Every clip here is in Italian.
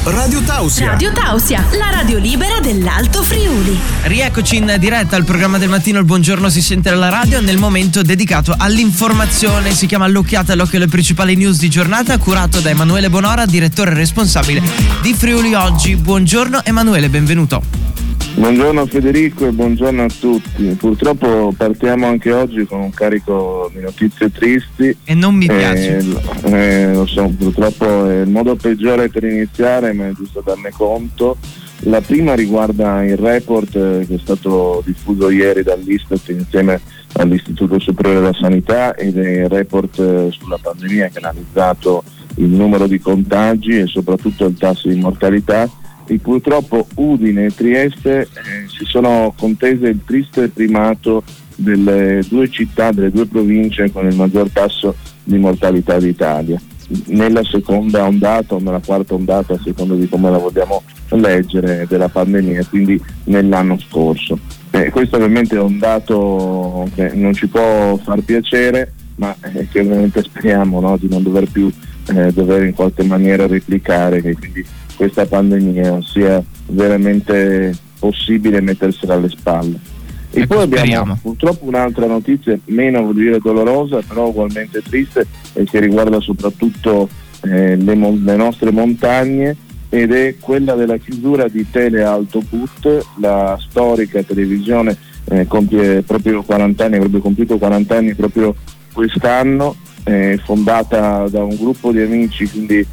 Radio Tausia. Radio Tausia, la radio libera dell'Alto Friuli. Rieccoci in diretta al programma del mattino. Il buongiorno si sente alla radio nel momento dedicato all'informazione. Si chiama L'Occhiata all'occhio alle principali news di giornata, curato da Emanuele Bonora, direttore responsabile di Friuli Oggi. Buongiorno Emanuele, benvenuto. Buongiorno Federico e buongiorno a tutti. Purtroppo partiamo anche oggi con un carico di notizie tristi. E non mi piace. Lo so, purtroppo è il modo peggiore per iniziare, ma è giusto darne conto. La prima riguarda il report che è stato diffuso ieri dall'Istat insieme all'Istituto Superiore della Sanità, ed è il report sulla pandemia che ha analizzato il numero di contagi e soprattutto il tasso di mortalità. E purtroppo Udine e Trieste si sono contese il triste primato delle due città, delle due province con il maggior tasso di mortalità d'Italia. Nella seconda ondata o nella quarta ondata, a seconda di come la vogliamo leggere, della pandemia, quindi nell'anno scorso. Questo ovviamente è un dato che non ci può far piacere, ma che ovviamente speriamo, no, di non dover più dover in qualche maniera replicare, che quindi questa pandemia sia veramente possibile mettersela alle spalle. E poi abbiamo purtroppo un'altra notizia meno, voglio dire, dolorosa, però ugualmente triste, e che riguarda soprattutto le nostre montagne, ed è quella della chiusura di Tele Alto Put. La storica televisione compie proprio 40 anni, avrebbe compiuto 40 anni proprio quest'anno, fondata da un gruppo di amici, quindi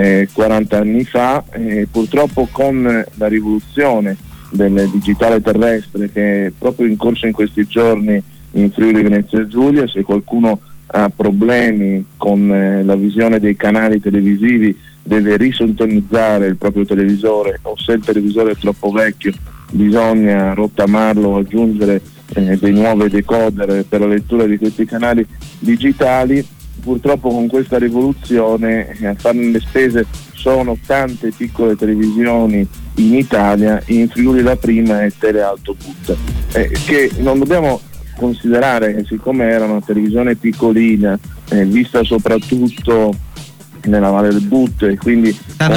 40 anni fa. Purtroppo con la rivoluzione del digitale terrestre che è proprio in corso in questi giorni in Friuli Venezia Giulia, se qualcuno ha problemi con la visione dei canali televisivi deve risintonizzare il proprio televisore, o se il televisore è troppo vecchio bisogna rottamarlo o aggiungere dei nuovi decoder per la lettura di questi canali digitali. Purtroppo con questa rivoluzione a farne le spese sono tante piccole televisioni in Italia. In Friuli la prima è Tele Alto Put, che non dobbiamo considerare che, siccome era una televisione piccolina, vista soprattutto nella Valle del But, e quindi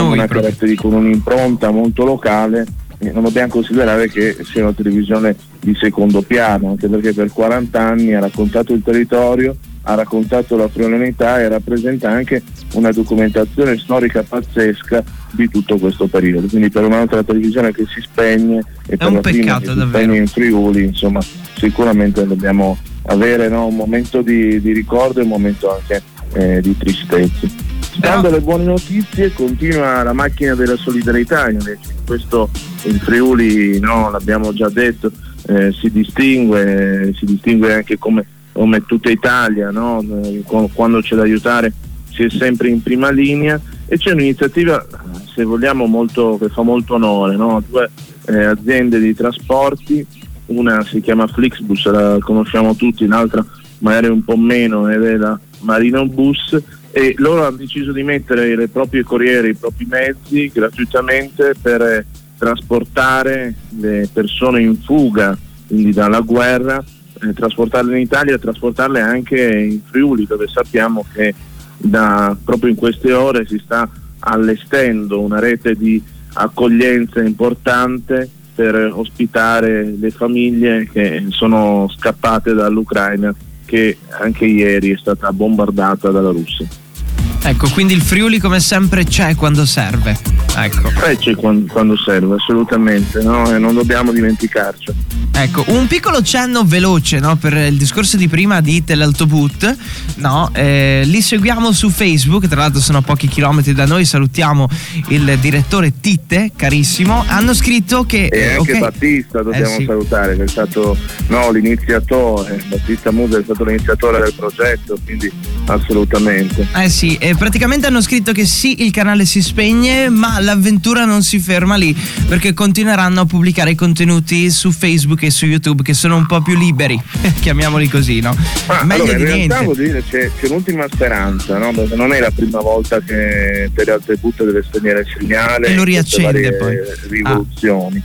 con un'impronta molto locale, non dobbiamo considerare che sia una televisione di secondo piano, anche perché per 40 anni ha raccontato il territorio, ha raccontato la friulianità e rappresenta anche una documentazione storica pazzesca di tutto questo periodo. Quindi per un'altra televisione che si spegne, e per la prima che si spegne in Friuli, insomma, sicuramente dobbiamo avere, no, un momento di ricordo e un momento anche di tristezza. Dando le buone notizie, continua la macchina della solidarietà. Invece questo il Friuli, no, l'abbiamo già detto, si distingue anche come tutta Italia, no? Quando c'è da aiutare si è sempre in prima linea, e c'è un'iniziativa, se vogliamo, che fa molto onore, no? Due aziende di trasporti, una si chiama Flixbus, la conosciamo tutti, l'altra magari un po' meno, ed è la Marino Bus, e loro hanno deciso di mettere i propri corrieri, i propri mezzi gratuitamente per trasportare le persone in fuga, quindi dalla guerra, trasportarle in Italia e trasportarle anche in Friuli, dove sappiamo che proprio in queste ore si sta allestendo una rete di accoglienza importante per ospitare le famiglie che sono scappate dall'Ucraina, che anche ieri è stata bombardata dalla Russia. Ecco, quindi il Friuli come sempre c'è quando serve. Ecco. C'è quando serve, assolutamente, no? E non dobbiamo dimenticarci. Ecco, un piccolo cenno veloce, no, per il discorso di prima di Tele Alto Put, no? Li seguiamo su Facebook, tra l'altro sono a pochi chilometri da noi. Salutiamo il direttore Titte, carissimo. Hanno scritto che e anche Battista dobbiamo salutare, che è stato l'iniziatore. Battista Musa è stato l'iniziatore del progetto, quindi assolutamente. Sì, praticamente hanno scritto che sì, il canale si spegne, ma l'avventura non si ferma lì, perché continueranno a pubblicare i contenuti su Facebook e su YouTube, che sono un po' più liberi, chiamiamoli così, no? Meglio allora, di niente. In realtà vuol dire c'è un'ultima speranza, no? Perché non è la prima volta che Tele Alto Put deve spegnere il segnale e lo riaccende poi. Rivoluzioni.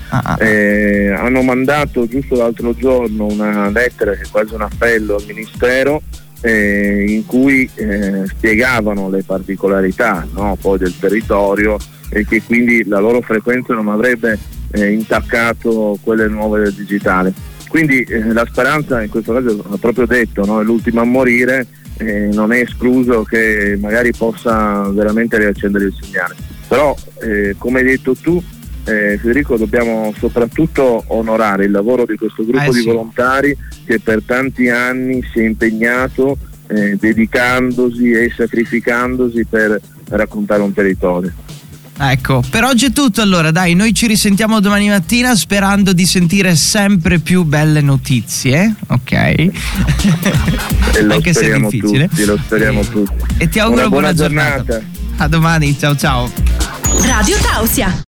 Hanno mandato giusto l'altro giorno una lettera, che è quasi un appello al Ministero, in cui spiegavano le particolarità, no, poi del territorio, e che quindi la loro frequenza non avrebbe intaccato quelle nuove del digitale. Quindi la speranza in questo caso, ha proprio detto, no? È l'ultima a morire, non è escluso che magari possa veramente riaccendere il segnale. Però come hai detto tu, Federico, dobbiamo soprattutto onorare il lavoro di questo gruppo di volontari che per tanti anni si è impegnato dedicandosi e sacrificandosi per raccontare un territorio. Ecco, per oggi è tutto allora, dai, noi ci risentiamo domani mattina sperando di sentire sempre più belle notizie, ok? E lo anche se è difficile. Lo speriamo tutti. E ti auguro buona giornata. A domani, ciao ciao. Radio Tausia.